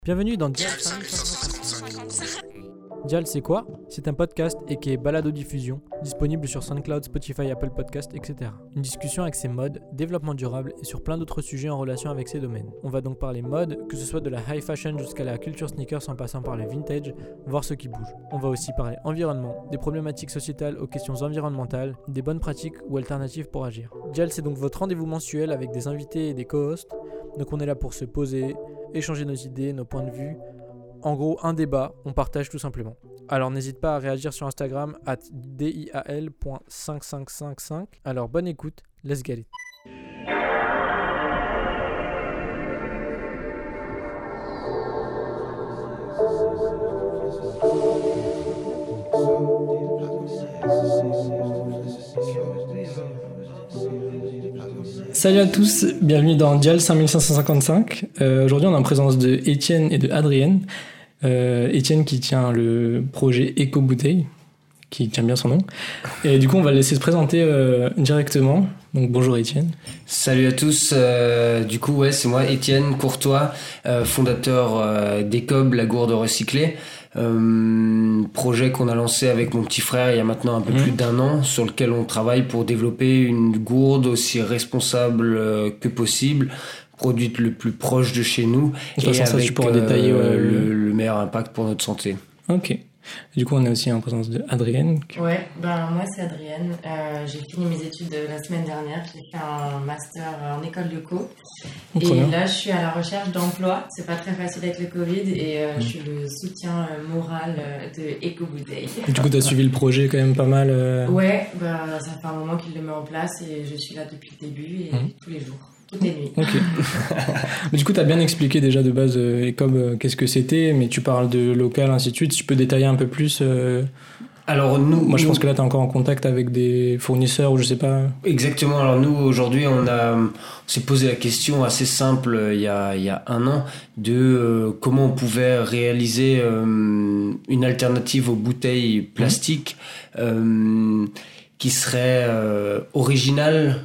Bienvenue dans Dial 5555. Dial, c'est quoi? C'est un podcast et qui est balado-diffusion, disponible sur SoundCloud, Spotify, Apple Podcast, etc. Une discussion avec ses modes, développement durable et sur plein d'autres sujets en relation avec ces domaines. On va donc parler mode, que ce soit de la high fashion jusqu'à la culture sneakers en passant par le vintage, voir ce qui bouge. On va aussi parler environnement, des problématiques sociétales aux questions environnementales, des bonnes pratiques ou alternatives pour agir. Dial, c'est donc votre rendez-vous mensuel avec des invités et des co-hosts. Donc on est là pour se poser, échanger nos idées, nos points de vue. En gros, un débat, on partage tout simplement. Alors n'hésite pas à réagir sur Instagram @dial.5555. Alors bonne écoute, let's get it. Salut à tous, bienvenue dans Dial 5555. Aujourd'hui on est en présence de Étienne et de Adrienne. Étienne qui tient le projet Éco-Bouteille, qui tient bien son nom. Et du coup on va le laisser se présenter directement. Donc bonjour Étienne. Salut à tous, du coup ouais c'est moi Étienne Courtois, fondateur d'Ecob, la gourde recyclée. Projet qu'on a lancé avec mon petit frère il y a maintenant un peu plus d'1 an, sur lequel on travaille pour développer une gourde aussi responsable que possible, produite le plus proche de chez nous et avec ça, tu pourras détailler le meilleur impact pour notre santé. Ok. Du coup, on est aussi en présence de Adrienne. Ouais, moi c'est Adrienne. J'ai fini mes études la semaine dernière. J'ai fait un master en école de co. Et là, je suis à la recherche d'emploi. C'est pas très facile avec le Covid et je suis le soutien moral de Éco-Bouteille. Du coup, tu as suivi le projet quand même pas mal. Ouais, ça fait un moment qu'il le met en place et je suis là depuis le début et tous les jours. Toutes les nuits. Ok. Mais du coup, tu as bien expliqué déjà de base Ecob, qu'est-ce que c'était, mais tu parles de local, ainsi de suite. Si tu peux détailler un peu plus. Alors moi, je pense que là, tu es encore en contact avec des fournisseurs ou je sais pas. Exactement. Alors nous, aujourd'hui, on s'est posé la question assez simple il y a 1 an de comment on pouvait réaliser une alternative aux bouteilles plastiques. Qui serait original,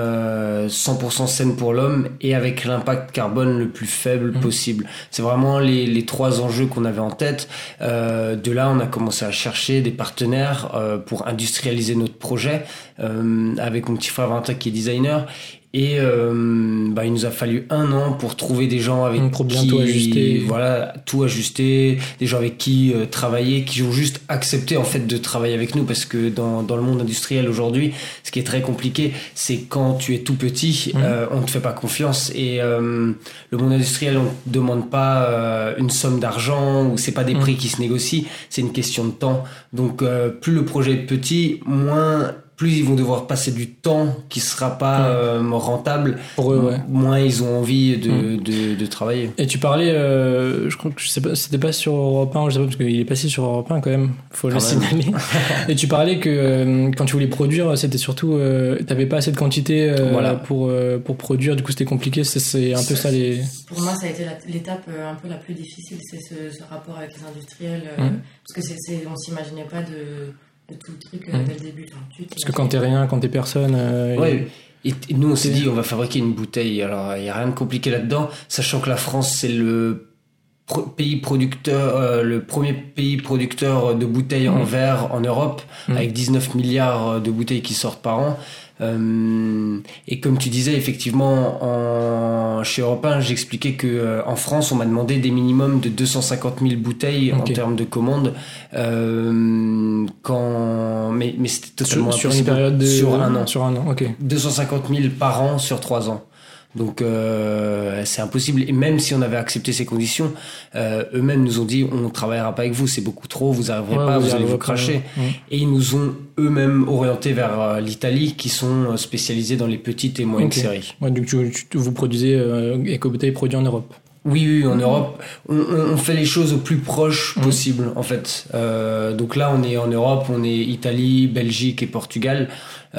100% saine pour l'homme et avec l'impact carbone le plus faible possible. C'est vraiment les 3 enjeux qu'on avait en tête. De là, on a commencé à chercher des partenaires pour industrialiser notre projet avec mon petit frère Valentin qui est designer. Et il nous a fallu 1 an pour trouver des gens avec qui tout ajuster, des gens avec qui travailler, qui ont juste accepté en fait de travailler avec nous, parce que dans le monde industriel aujourd'hui, ce qui est très compliqué, c'est quand tu es tout petit, on te fait pas confiance, et le monde industriel, on te demande pas une somme d'argent, ou c'est pas des prix qui se négocient, c'est une question de temps. Donc plus le projet est petit, plus ils vont devoir passer du temps qui sera pas rentable, pour eux, moins ils ont envie de travailler. Et tu parlais, je sais pas, c'était pas sur Europe 1, je sais pas, parce qu'il est passé sur Europe 1 quand même, faut le signaler. Et tu parlais que quand tu voulais produire, c'était surtout, t'avais pas assez de quantité pour produire, du coup c'était compliqué, c'est un peu ça les... Pour moi, ça a été l'étape un peu la plus difficile, c'est ce rapport avec les industriels, parce que on s'imaginait pas de tout le truc dès le début. Parce que quand t'es rien, quand t'es personne... Et nous on s'est dit on va fabriquer une bouteille, alors il n'y a rien de compliqué là-dedans, sachant que la France c'est le premier pays producteur de bouteilles en verre en Europe, avec 19 milliards de bouteilles qui sortent par an. Et comme tu disais, effectivement, chez Europe 1, j'expliquais que en France, on m'a demandé des minimums de 250 000 bouteilles en termes de commandes. Mais c'était totalement sur une période sur 1 an. Sur 1 an, ok. 250 000 par an sur 3 ans. Donc c'est impossible, et même si on avait accepté ces conditions, eux-mêmes nous ont dit on ne travaillera pas avec vous, c'est beaucoup trop, vous n'arriverez pas, vous allez vous cracher. Et ils nous ont eux-mêmes orientés vers l'Italie, qui sont spécialisés dans les petites et moyennes séries. Ouais, donc vous produisez Éco-Bouteille produit en Europe. Oui, en Europe, on fait les choses au plus proche possible, en fait. Donc là, on est en Europe, on est Italie, Belgique et Portugal,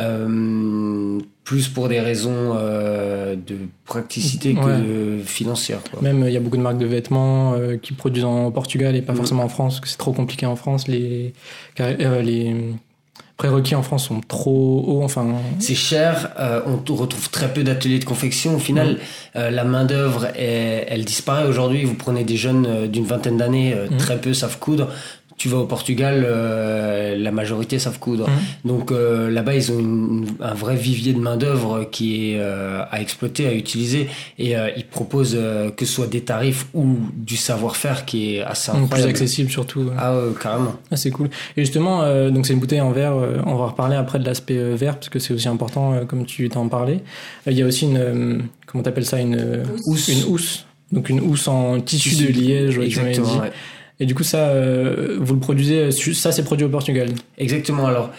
plus pour des raisons de praticité que financières, quoi. Même, il y a beaucoup de marques de vêtements qui produisent en Portugal et pas forcément en France, parce que c'est trop compliqué en France, prérequis en France sont trop hauts. C'est cher, on retrouve très peu d'ateliers de confection. Au final, la main-d'œuvre, elle disparaît aujourd'hui. Vous prenez des jeunes d'une vingtaine d'années, très peu savent coudre. Tu vas au Portugal, la majorité savent coudre. Donc là-bas, ils ont un vrai vivier de main-d'œuvre qui est à exploiter, à utiliser. Et ils proposent que ce soit des tarifs ou du savoir-faire qui est assez incroyable. Plus accessible surtout. Ah, carrément. Ah, c'est cool. Et justement, donc c'est une bouteille en verre. On va reparler après de l'aspect verre, parce que c'est aussi important, comme tu t'en parlais. Il y a aussi comment t'appelles ça, une housse. Donc une housse en tissu de liège. Exactement, ouais. Et du coup, ça, vous le produisez, ça c'est produit au Portugal. Exactement. Alors,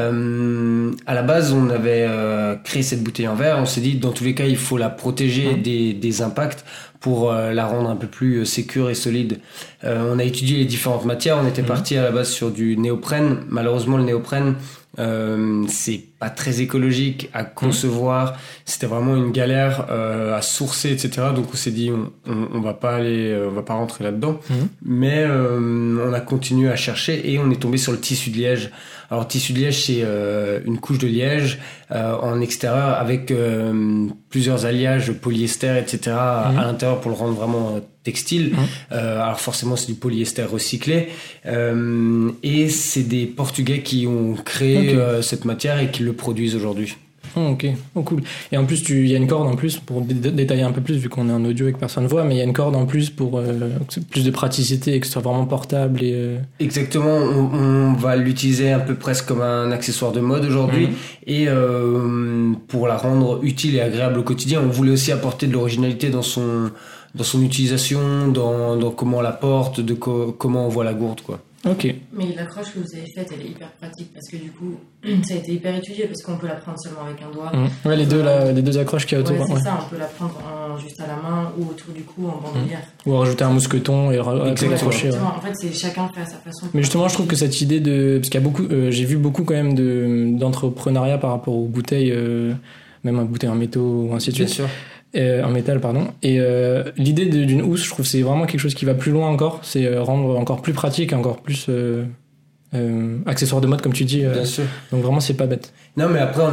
à la base, on avait créé cette bouteille en verre. On s'est dit, dans tous les cas, il faut la protéger des impacts pour la rendre un peu plus sécure et solide. On a étudié les différentes matières. On était parti à la base sur du néoprène. Malheureusement, le néoprène, c'est pas très écologique à concevoir. C'était vraiment une galère à sourcer, etc. Donc on s'est dit on va pas rentrer là-dedans. Mais on a continué à chercher et on est tombé sur le tissu de liège. Alors tissu de liège, c'est une couche de liège en extérieur avec plusieurs alliages polyester, etc. à l'intérieur pour le rendre vraiment textile. Alors forcément c'est du polyester recyclé et c'est des Portugais qui ont créé cette matière et qui le produisent aujourd'hui. Ok, cool. Et en plus, il y a une corde en plus pour détailler un peu plus, vu qu'on est en audio et que personne ne voit, mais il y a une corde en plus pour plus de praticité et que ce soit vraiment portable. Exactement, on va l'utiliser un peu presque comme un accessoire de mode aujourd'hui et pour la rendre utile et agréable au quotidien. On voulait aussi apporter de l'originalité dans son utilisation, dans comment on la porte, comment on voit la gourde, quoi. Ok. Mais l'accroche que vous avez faite, elle est hyper pratique parce que du coup, ça a été hyper étudié parce qu'on peut la prendre seulement avec un doigt. Ouais, les deux accroches qu'il y a autour. Ouais, c'est ça, on peut la prendre juste à la main ou autour du cou en bandoulière. Ou rajouter un mousqueton et l'accrocher. Ouais. En fait, c'est chacun fait à sa façon. Mais justement, je trouve que cette idée parce qu'il y a beaucoup, j'ai vu beaucoup quand même d'entrepreneuriat par rapport aux bouteilles, même à bouteilles en métaux ou ainsi de suite. Bien sûr. En métal, pardon. Et l'idée d'une housse, je trouve que c'est vraiment quelque chose qui va plus loin encore. C'est rendre encore plus pratique, encore plus accessoire de mode, comme tu dis. Bien sûr. Donc vraiment, c'est pas bête. Non, mais après,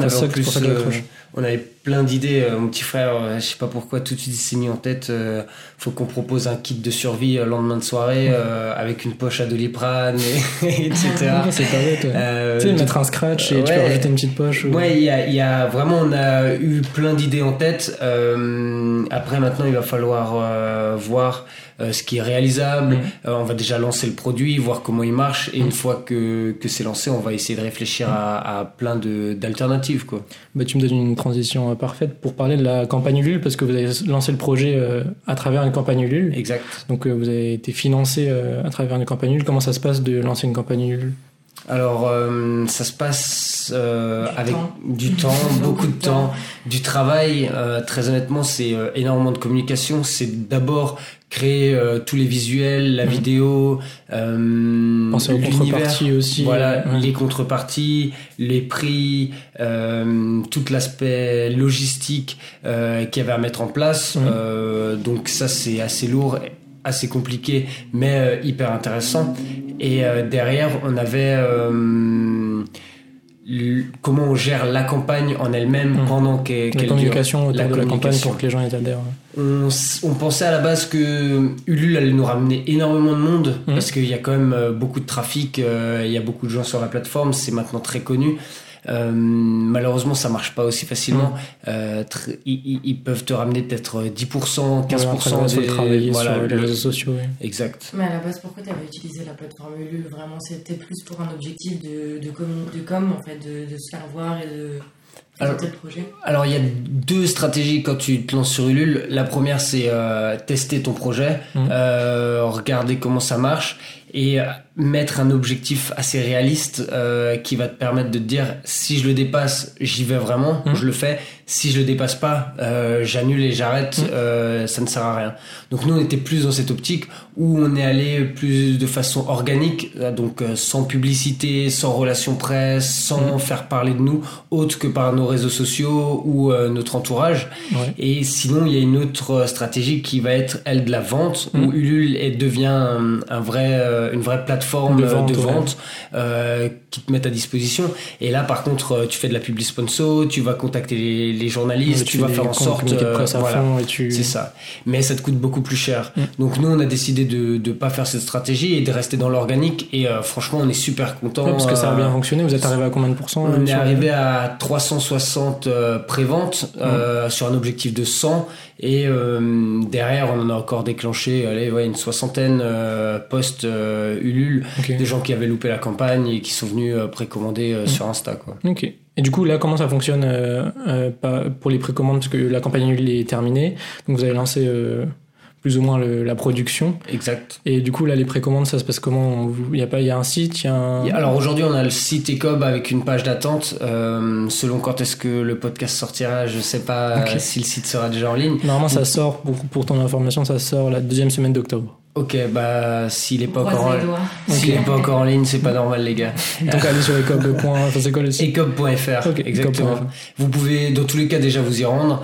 on avait plein d'idées. Mon petit frère, je sais pas pourquoi, tout de suite, il s'est mis en tête, faut qu'on propose un kit de survie lendemain de soirée, avec une poche à Doliprane, etc. C'est pas bête. Tu sais, mettre un scratch et tu peux rajouter une petite poche. Ouais, il y a vraiment, on a eu plein d'idées en tête. Après, maintenant, il va falloir voir ce qui est réalisable. On va déjà lancer le produit, voir comment il marche. Et une fois que c'est lancé, on va essayer de réfléchir à plein d'alternatives, quoi. Bah, tu me donnes une transition parfaite pour parler de la campagne Ulule, parce que vous avez lancé le projet à travers une campagne Ulule. Exact. Donc vous avez été financé à travers une campagne Ulule. Comment ça se passe de lancer une campagne Ulule ? Alors, ça se passe avec du temps, beaucoup de temps, du travail. Très honnêtement, c'est énormément de communication. C'est d'abord créer tous les visuels, la vidéo, penser aux contreparties aussi. Voilà, les contreparties, les prix, tout l'aspect logistique qu'il y avait à mettre en place. Donc ça, c'est assez lourd, assez compliqué, mais hyper intéressant. Et derrière, on avait comment on gère la campagne en elle-même pendant qu'elle dure. La communication autour de la campagne pour que les gens y adhèrent. On pensait à la base que Ulule allait nous ramener énormément de monde parce qu'il y a quand même beaucoup de trafic, il y a beaucoup de gens sur la plateforme, c'est maintenant très connu. Malheureusement, ça marche pas aussi facilement. Ils peuvent te ramener peut-être 10%, 15% de travailler sur les réseaux sociaux. Oui. Exact. Mais à la base, pourquoi tu avais utilisé la plateforme Ulule ? Vraiment, c'était plus pour un objectif de com, en fait, de se faire voir et de présenter le projet. Alors, il y a deux stratégies quand tu te lances sur Ulule. La première, c'est tester ton projet, regarder comment ça marche et mettre un objectif assez réaliste qui va te permettre de te dire si je le dépasse, j'y vais vraiment, je le fais. Si je le dépasse pas, j'annule et j'arrête, ça ne sert à rien. Donc nous, on était plus dans cette optique où on est allé plus de façon organique, donc sans publicité, sans relation presse, sans faire parler de nous, autre que par nos réseaux sociaux ou notre entourage. Ouais. Et sinon, il y a une autre stratégie qui va être, elle, de la vente, où Ulule devient un vrai vraie plateforme de vente qui te met à disposition. Et là, par contre, tu fais de la publicité sponsor, tu vas contacter les journalistes, tu vas faire en sorte, c'est ça. Mais ça te coûte beaucoup plus cher. Donc nous, on a décidé de pas faire cette stratégie et de rester dans l'organique. Et franchement, on est super content. Parce que ça a bien fonctionné. Vous êtes arrivé à combien de pourcents? On est arrivé à 360 préventes sur un objectif de 100. Et derrière, on en a encore déclenché une soixantaine posts Ulule, des gens qui avaient loupé la campagne et qui sont venus précommander sur Insta, quoi. Ok. Et du coup, là, comment ça fonctionne pour les précommandes? Parce que la campagne Ulule est terminée, donc vous avez lancé plus ou moins la production. Exact. Et du coup, là, les précommandes, ça se passe comment? Il y a un site, Alors aujourd'hui, on a le site Ecob avec une page d'attente. Selon quand est-ce que le podcast sortira, je sais pas si le site sera déjà en ligne. Normalement, ça sort, pour ton information, ça sort la 2e semaine d'octobre. Ok, s'il est pas encore en ligne, c'est pas normal, les gars. Donc allez sur c'est quoi le site? Ecob.fr, exactement. Ecob.fr. Vous pouvez, dans tous les cas, déjà vous y rendre,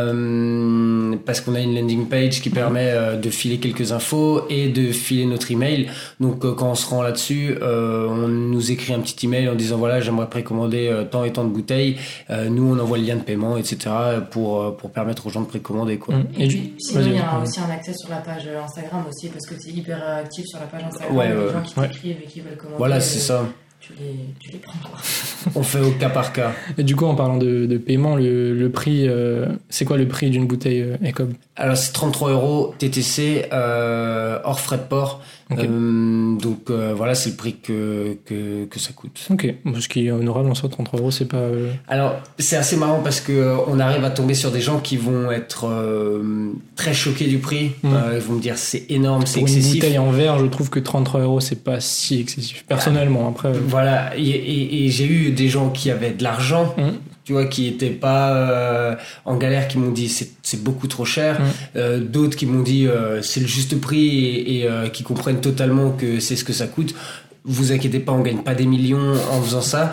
parce qu'on a une landing page qui permet de filer quelques infos et de filer notre email. Donc quand on se rend là-dessus, on nous écrit un petit email en disant voilà, j'aimerais précommander tant et tant de bouteilles. Nous, on envoie le lien de paiement, etc. pour permettre aux gens de précommander, quoi. Et puis, sinon, il y a aussi un accès sur la page Instagram aussi, parce que tu es hyper actif sur la page Instagram. Il y a des gens qui t'écrivent et qui veulent commander. Voilà, c'est ça. Tu les prends, quoi. On fait au cas par cas. Et du coup, en parlant de paiement, le prix, c'est quoi le prix d'une bouteille Ecob? Alors, c'est 33€ TTC, hors frais de port. Okay. Donc voilà, c'est le prix que ça coûte. Ok, ce qui est honorable en soi, 33€, c'est pas... Alors, c'est assez marrant parce que on arrive à tomber sur des gens qui vont être très choqués du prix. Ils vont me dire c'est énorme, c'est excessif. Pour une bouteille en verre, je trouve que 33€, c'est pas si excessif. Personnellement, après... Voilà, et j'ai eu des gens qui avaient de l'argent... tu vois, qui étaient pas en galère, qui m'ont dit c'est beaucoup trop cher. D'autres qui m'ont dit c'est le juste prix et qui comprennent totalement que c'est ce que ça coûte. Vous inquiétez pas, on gagne pas des millions en faisant ça.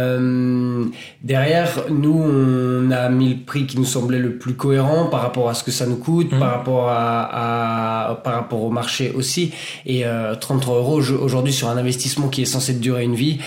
Derrière, nous, on a mis le prix qui nous semblait le plus cohérent par rapport à ce que ça nous coûte, par rapport par rapport au marché aussi. Et 33€ aujourd'hui sur un investissement qui est censé durer une vie.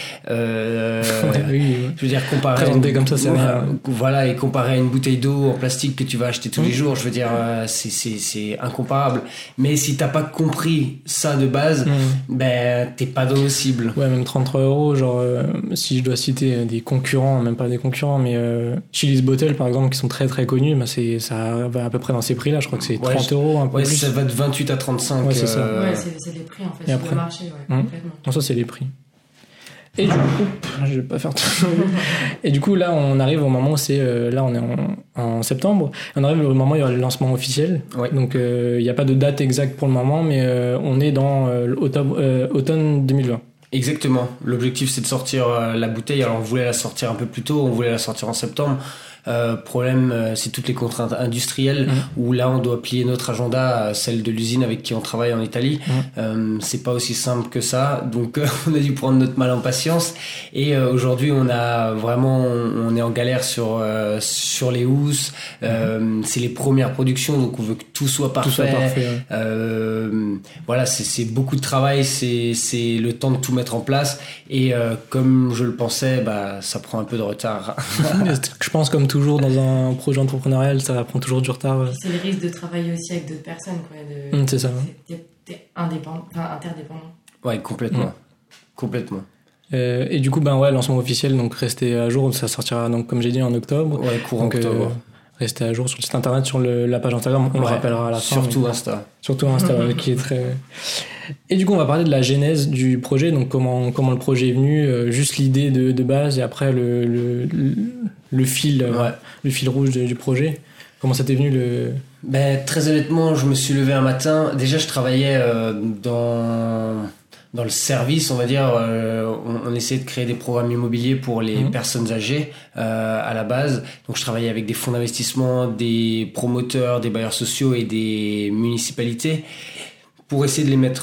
Je veux dire, comparé comme ça, c'est rien. Voilà, et comparé à une bouteille d'eau en plastique que tu vas acheter tous les jours, je veux dire, c'est incomparable. Mais si t'as pas compris ça de base, t'es pas dans le cible. Ouais, même 33€, genre si je dois citer des concurrents, même pas des concurrents, mais Chili's Bottle par exemple, qui sont très très connus, ça va à peu près dans ces prix là, je crois que c'est 30€, un peu plus. Ça va de 28 à 35. Ouais, c'est ça. Ouais, c'est les prix en fait, c'est le marché, complètement. Non, ça c'est les prix. Et du coup, je vais pas faire tout. Et du coup, là, on arrive au moment où là, on est en septembre. On arrive au moment où il y aura le lancement officiel. Ouais. Donc, il n'y a pas de date exacte pour le moment, mais on est dans automne 2020. Exactement. L'objectif, c'est de sortir la bouteille. Alors, on voulait la sortir un peu plus tôt. On voulait la sortir en septembre. Problème, c'est toutes les contraintes industrielles où là on doit plier notre agenda, celle de l'usine avec qui on travaille en Italie. C'est pas aussi simple que ça, donc on a dû prendre notre mal en patience. Et aujourd'hui on est en galère sur les housses. C'est les premières productions, donc on veut que tout soit parfait. Voilà, c'est beaucoup de travail, c'est le temps de tout mettre en place. Et comme je le pensais, ça prend un peu de retard. Je pense comme toujours dans un projet entrepreneurial, ça prend toujours du retard. C'est le risque de travailler aussi avec d'autres personnes, quoi. C'est ça. T'es interdépendant. Ouais, complètement. Complètement. Et du coup, lancement officiel, donc restez à jour. Ça sortira, donc, comme j'ai dit, en octobre. Ouais, courant octobre. Restez à jour sur le site internet, sur la page Instagram. On le rappellera à la fin. Surtout Insta. Surtout Insta, qui est très... Et du coup, on va parler de la genèse du projet, donc comment le projet est venu, juste l'idée de base, et après le fil rouge du projet. Comment ça t'est venu Très honnêtement, je me suis levé un matin. Déjà, je travaillais dans le service, on va dire. On essayait de créer des programmes immobiliers pour les personnes âgées à la base. Donc, je travaillais avec des fonds d'investissement, des promoteurs, des bailleurs sociaux et des municipalités pour essayer de les mettre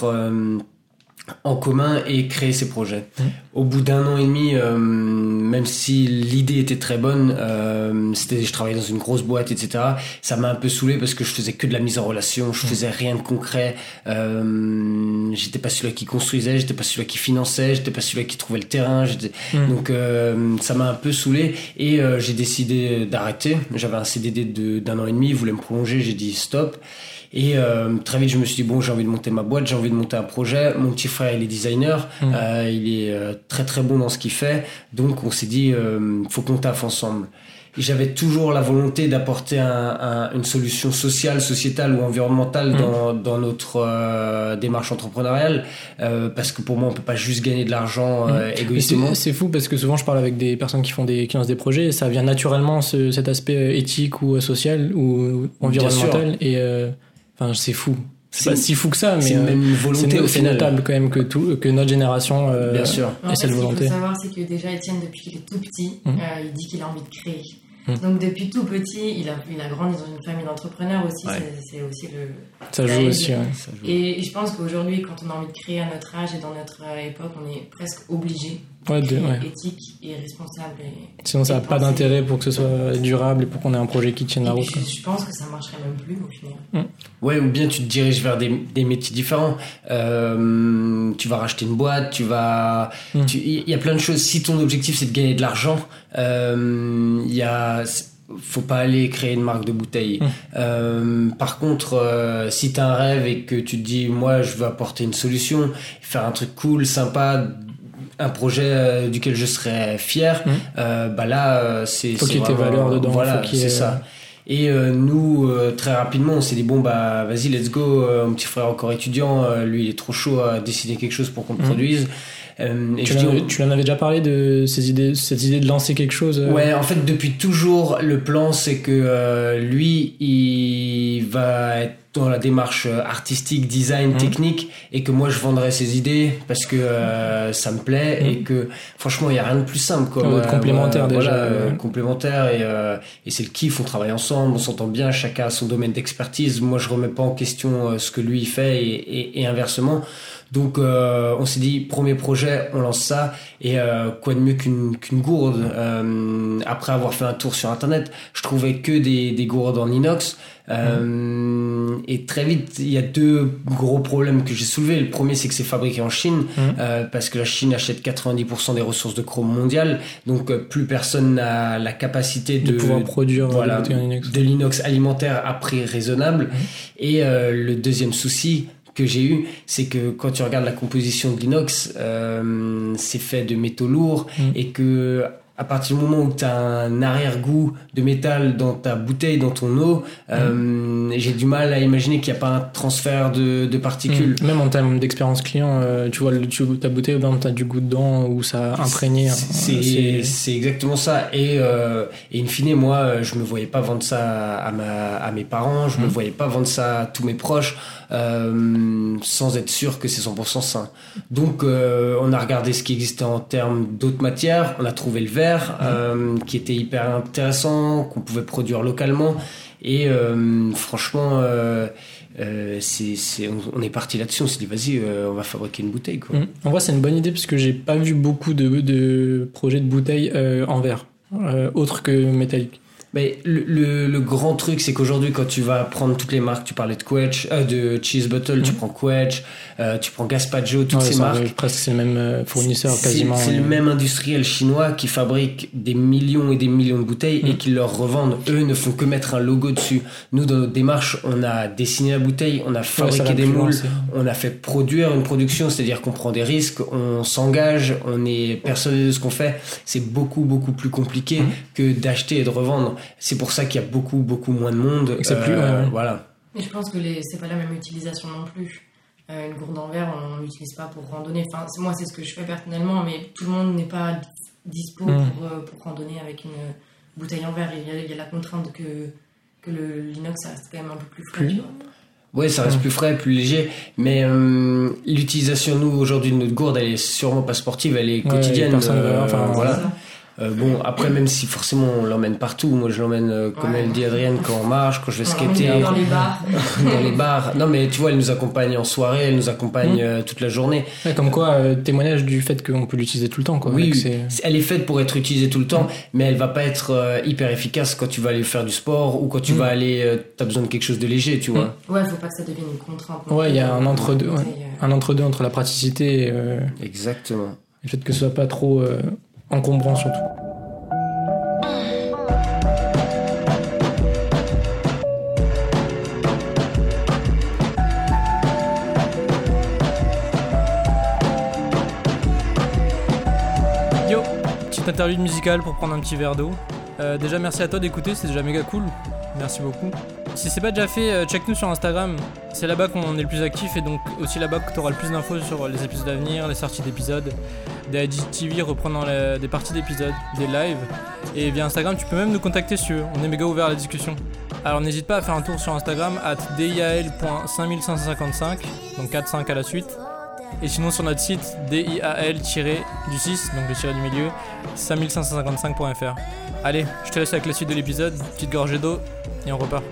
en commun et créer ces projets. Au bout d'1 an et demi, même si l'idée était très bonne, je travaillais dans une grosse boîte, etc. Ça m'a un peu saoulé parce que je faisais que de la mise en relation, je faisais rien de concret. j'étais pas celui qui construisait, j'étais pas celui qui finançait, j'étais pas celui qui trouvait le terrain. Donc ça m'a un peu saoulé et j'ai décidé d'arrêter. J'avais un CDD d'1 an et demi, ils voulaient me prolonger, j'ai dit stop. Et très vite je me suis dit bon, j'ai envie de monter ma boîte, j'ai envie de monter un projet. Mon petit frère il est designer, il est très très bon dans ce qu'il fait, donc on s'est dit faut qu'on taffe ensemble. Et j'avais toujours la volonté d'apporter une solution sociale, sociétale ou environnementale dans notre démarche entrepreneuriale, parce que pour moi on peut pas juste gagner de l'argent égoïstement. C'est fou parce que souvent je parle avec des personnes qui lancent des projets et ça vient naturellement cet aspect éthique ou social ou environnemental et enfin c'est fou. C'est pas si fou que ça, mais c'est même une volonté c'est notable quand même que notre génération bien sûr. En fait, cette volonté. Ce qu'il faut savoir, c'est que déjà Étienne, depuis qu'il est tout petit, il dit qu'il a envie de créer. Donc depuis tout petit, il a grandi dans une famille d'entrepreneurs aussi, c'est aussi ça joue aussi, ouais. Et je pense qu'aujourd'hui, quand on a envie de créer à notre âge et dans notre époque, on est presque obligé éthique et responsable. Sinon ça n'a pas d'intérêt pour que ce soit durable et pour qu'on ait un projet qui tienne la route. Je pense que ça ne marcherait même plus au final. Ouais, ou bien tu te diriges vers des métiers différents. Tu vas racheter une boîte, il y a plein de choses. Si ton objectif c'est de gagner de l'argent, faut pas aller créer une marque de bouteille. Par contre, si t'as un rêve et que tu te dis moi je veux apporter une solution, faire un truc cool, sympa, un projet duquel je serais fier, là c'est faut qu'il y ait tes valeurs dedans. Voilà, c'est ça. Et nous, très rapidement, on s'est dit bon bah vas-y, let's go. Mon petit frère encore étudiant, lui il est trop chaud à dessiner quelque chose pour qu'on le produise. Tu en avais déjà parlé de cette idée de lancer quelque chose. Ouais, en fait depuis toujours le plan c'est que lui il va être dans la démarche artistique, design, technique, et que moi je vendrais ses idées parce que ça me plaît et que franchement il y a rien de plus simple quoi. Complémentaire déjà. Complémentaire et c'est le kiff, on travaille ensemble, on s'entend bien, chacun a son domaine d'expertise. Moi je remets pas en question ce que lui il fait et inversement. Donc on s'est dit premier projet, on lance ça et quoi de mieux qu'une gourde. Après avoir fait un tour sur internet, je trouvais que des gourdes en inox. Et très vite il y a deux gros problèmes que j'ai soulevés. Le premier c'est que c'est fabriqué en Chine parce que la Chine achète 90% des ressources de chrome mondiales, donc plus personne n'a la capacité de pouvoir produire de l'inox alimentaire à prix raisonnable. Et le deuxième souci que j'ai eu, c'est que quand tu regardes la composition de l'inox, c'est fait de métaux lourds et que à partir du moment où tu as un arrière-goût de métal dans ta bouteille, dans ton eau, j'ai du mal à imaginer qu'il n'y a pas un transfert de particules. Même en termes d'expérience client, tu vois ta bouteille, tu as du goût dedans où ça a imprégné. C'est exactement ça. Et in fine, moi, je me voyais pas vendre ça à mes parents, je me voyais pas vendre ça à tous mes proches, sans être sûr que c'est 100% sain. Donc, on a regardé ce qui existait en termes d'autres matières, on a trouvé le verre, qui était hyper intéressant, qu'on pouvait produire localement, et franchement on est parti là-dessus, on s'est dit vas-y, on va fabriquer une bouteille quoi. En vrai c'est une bonne idée parce que j'ai pas vu beaucoup de projets de bouteilles en verre autre que métallique. Mais le grand truc, c'est qu'aujourd'hui, quand tu vas prendre toutes les marques, tu parlais de Quetch, de Cheese Bottle, tu prends Quetch, tu prends Gaspacho, toutes ces marques. Presque c'est le même fournisseur quasiment. C'est le même industriel chinois qui fabrique des millions et des millions de bouteilles et qui leur revendent. Eux ne font que mettre un logo dessus. Nous, dans notre démarche, on a dessiné la bouteille, on a fabriqué des moules, on a fait produire une production, c'est-à-dire qu'on prend des risques, on s'engage, on est persuadé de ce qu'on fait. C'est beaucoup, beaucoup plus compliqué que d'acheter et de revendre. C'est pour ça qu'il y a beaucoup, beaucoup moins de monde. Voilà. Mais je pense que c'est pas la même utilisation non plus. Une gourde en verre, on l'utilise pas pour randonner. Enfin, moi, c'est ce que je fais personnellement, mais tout le monde n'est pas dispo pour randonner avec une bouteille en verre. Il y a la contrainte que l'inox, ça reste quand même un peu plus frais, tu vois. Ouais, ça reste plus frais, plus léger, mais l'utilisation, nous, aujourd'hui, de notre gourde, elle est sûrement pas sportive, elle est quotidienne. Voilà. Bon, après, même si forcément on l'emmène partout, moi je l'emmène, comme elle dit Adrienne, quand on marche, quand je vais skater. Dans les bars. Dans les bars. Non, mais tu vois, elle nous accompagne en soirée, elle nous accompagne toute la journée. Ouais, comme quoi, témoignage du fait qu'on peut l'utiliser tout le temps, quoi. Oui, elle est faite pour être utilisée tout le temps, mais elle va pas être hyper efficace quand tu vas aller faire du sport ou quand tu vas aller, t'as besoin de quelque chose de léger, tu vois. Ouais, faut pas que ça devienne une contrainte. Ouais, il y a un entre-deux, un entre-deux entre la praticité et exactement. Le fait que ce soit pas trop encombrant surtout. Yo, petite interlude musicale pour prendre un petit verre d'eau. Déjà merci à toi d'écouter, c'est déjà méga cool. Merci beaucoup. Si c'est pas déjà fait, check-nous sur Instagram. C'est là-bas qu'on est le plus actif et donc aussi là-bas que tu auras le plus d'infos sur les épisodes à venir, les sorties d'épisodes, des IGTV reprenant des parties d'épisodes, des lives. Et via Instagram, tu peux même nous contacter si tu veux. On est méga ouvert à la discussion. Alors n'hésite pas à faire un tour sur Instagram @dial.5555, donc 4-5 à la suite. Et sinon sur notre site dial-du6, donc le tiré du milieu, 5555.fr. Allez, je te laisse avec la suite de l'épisode, petite gorgée d'eau et on repart.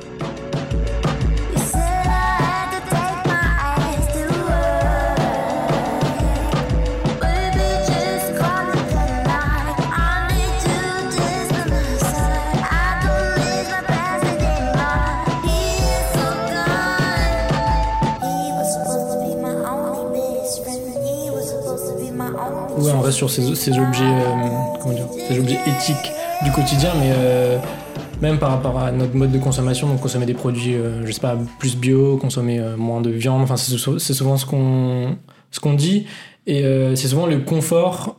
Ouais, on reste sur ces objets, ces objets éthiques du quotidien, mais même par rapport à notre mode de consommation, donc consommer des produits, je sais pas, plus bio, consommer moins de viande, enfin c'est souvent ce qu'on dit, et c'est souvent le confort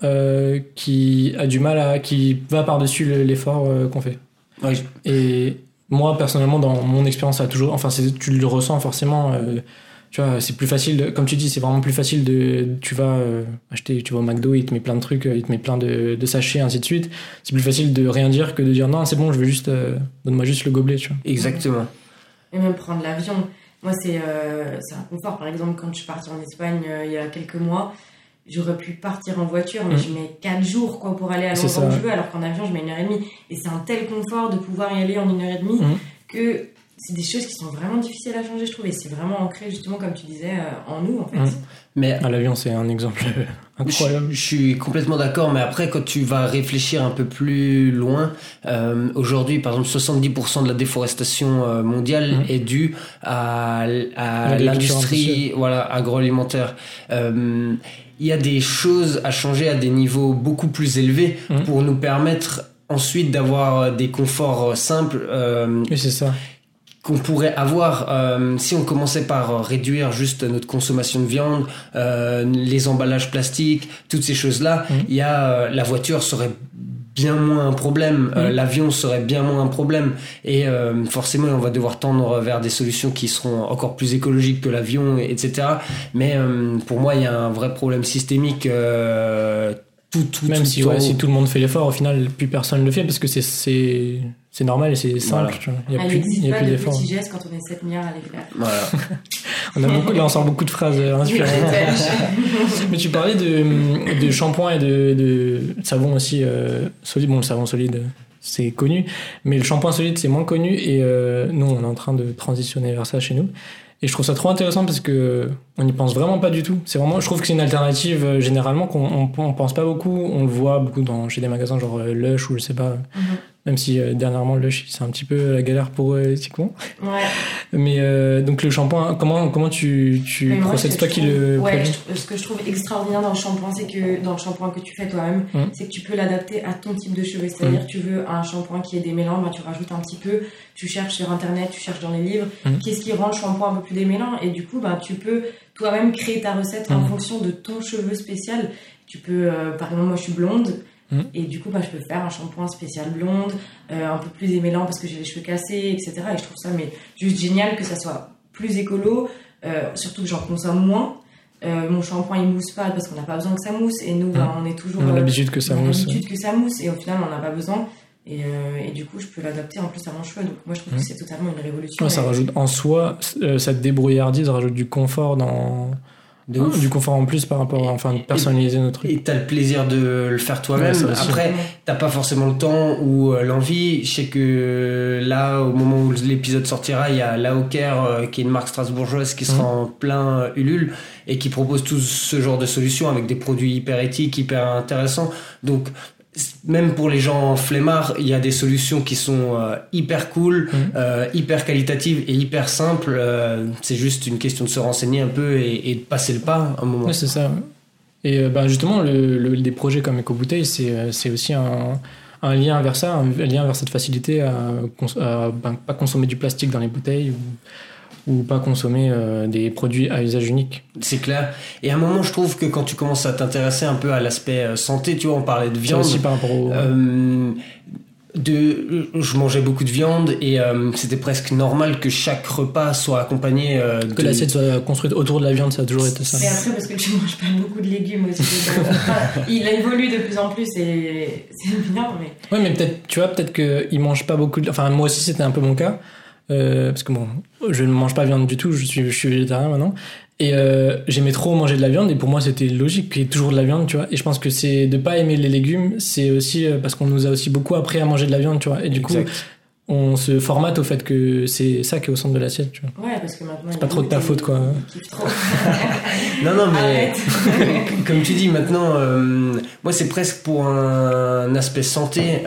qui a du mal qui va par-dessus l'effort qu'on fait. Oui. Et moi personnellement, dans mon expérience, ça a toujours, enfin tu le ressens forcément. Tu vois, c'est plus facile, comme tu dis, c'est vraiment plus facile tu vas acheter, tu vas au McDo, il te met plein de trucs, il te met plein de sachets, ainsi de suite. C'est plus facile de rien dire que de dire non, c'est bon, je veux juste, donne-moi juste le gobelet, tu vois. Exactement. Et même prendre l'avion. Moi, c'est un confort. Par exemple, quand je suis partie en Espagne il y a quelques mois, j'aurais pu partir en voiture, mais je mets 4 jours quoi, pour aller à l'endroit où je veux, alors qu'en avion, je mets 1h30. Et c'est un tel confort de pouvoir y aller en 1h30 que c'est des choses qui sont vraiment difficiles à changer, je trouve, et c'est vraiment ancré, justement, comme tu disais, en nous, en fait. Mais à l'avion, c'est un exemple incroyable. Je suis complètement d'accord, mais après, quand tu vas réfléchir un peu plus loin, aujourd'hui, par exemple, 70% de la déforestation mondiale est due à l'industrie agroalimentaire. Il y a des choses à changer à des niveaux beaucoup plus élevés pour nous permettre ensuite d'avoir des conforts simples. Oui, c'est ça. Qu'on pourrait avoir si on commençait par réduire juste notre consommation de viande, les emballages plastiques, toutes ces choses-là, la voiture serait bien moins un problème, l'avion serait bien moins un problème, et forcément on va devoir tendre vers des solutions qui seront encore plus écologiques que l'avion, etc. Mais pour moi il y a un vrai problème systémique. Même si tout le monde fait l'effort, au final plus personne le fait parce que c'est normal et c'est simple. Voilà. Il n'y a plus d'effort. Petit geste quand on est 7 milliards à l'éclat. Voilà. on sort beaucoup de phrases inspirantes. Mais tu parlais de shampoing et de savon aussi solide. Bon, le savon solide c'est connu, mais le shampoing solide c'est moins connu, et nous on est en train de transitionner vers ça chez nous. Et je trouve ça trop intéressant parce que on n'y pense vraiment pas du tout. C'est vraiment, je trouve que c'est une alternative généralement qu'on pense pas beaucoup. On le voit beaucoup chez des magasins genre Lush ou je sais pas. Même si dernièrement Lush c'est un petit peu la galère pour eux éthiquement. Ouais. Mais donc le shampoing, comment tu procèdes, toi qui le produis? Ce que je trouve extraordinaire dans le shampoing, c'est que dans le shampoing que tu fais toi-même, c'est que tu peux l'adapter à ton type de cheveux. C'est-à-dire tu veux un shampoing qui ait des mélans, tu rajoutes un petit peu, tu cherches sur internet, tu cherches dans les livres, qu'est-ce qui rend le shampoing un peu plus démêlant, et du coup tu peux toi-même créer ta recette en fonction de ton cheveu spécial. Tu peux, par exemple, moi je suis blonde, et du coup je peux faire un shampoing spécial blonde, un peu plus démêlant parce que j'ai les cheveux cassés, etc. Et je trouve ça juste génial que ça soit plus écolo, surtout que j'en consomme moins. Mon shampoing il mousse pas parce qu'on n'a pas besoin que ça mousse, et nous on est toujours on a l'habitude que ça mousse, et au final on n'a pas besoin, et du coup je peux l'adapter en plus à mon cheveu. Donc moi je trouve que c'est totalement une révolution. Ça rajoute en soi, ça te débrouillardise, ça rajoute du confort dans Du confort en plus par rapport à de personnaliser notre truc. Et t'as le plaisir de le faire toi-même. Après, t'as pas forcément le temps ou l'envie. Je sais que là, au moment où l'épisode sortira, il y a Laoker, qui est une marque strasbourgeoise qui sera en plein Ulule et qui propose tout ce genre de solutions avec des produits hyper éthiques, hyper intéressants. Donc, même pour les gens flemmards, il y a des solutions qui sont hyper cool, hyper qualitatives et hyper simples. C'est juste une question de se renseigner un peu et de passer le pas un moment. Ouais, c'est ça. Et justement, des projets comme Éco-Bouteille, c'est aussi un lien vers ça, un lien vers cette facilité à pas consommer du plastique dans les bouteilles ou pas consommer des produits à usage unique. C'est clair. Et à un moment, je trouve que quand tu commences à t'intéresser un peu à l'aspect santé, tu vois, on parlait de viande. Ça aussi par rapport au... je mangeais beaucoup de viande et c'était presque normal que chaque repas soit accompagné que l'assiette soit construite autour de la viande, ça a toujours été ça. Et après, parce que tu manges pas beaucoup de légumes aussi. Il évolue de plus en plus et c'est bien, mais... Ouais, mais peut-être qu'il mange pas beaucoup de... Enfin, moi aussi, c'était un peu mon cas. Parce que bon, je ne mange pas de viande du tout, je suis végétarien maintenant. Et j'aimais trop manger de la viande et pour moi c'était logique qu'il y ait toujours de la viande, tu vois. Et je pense que c'est de pas aimer les légumes, c'est aussi parce qu'on nous a aussi beaucoup appris à manger de la viande, tu vois. Et du coup, on se formate au fait que c'est ça qui est au centre de l'assiette, tu vois. Ouais, parce que maintenant... C'est pas trop de ta faute, quoi. Non, mais comme tu dis, maintenant, moi c'est presque pour un aspect santé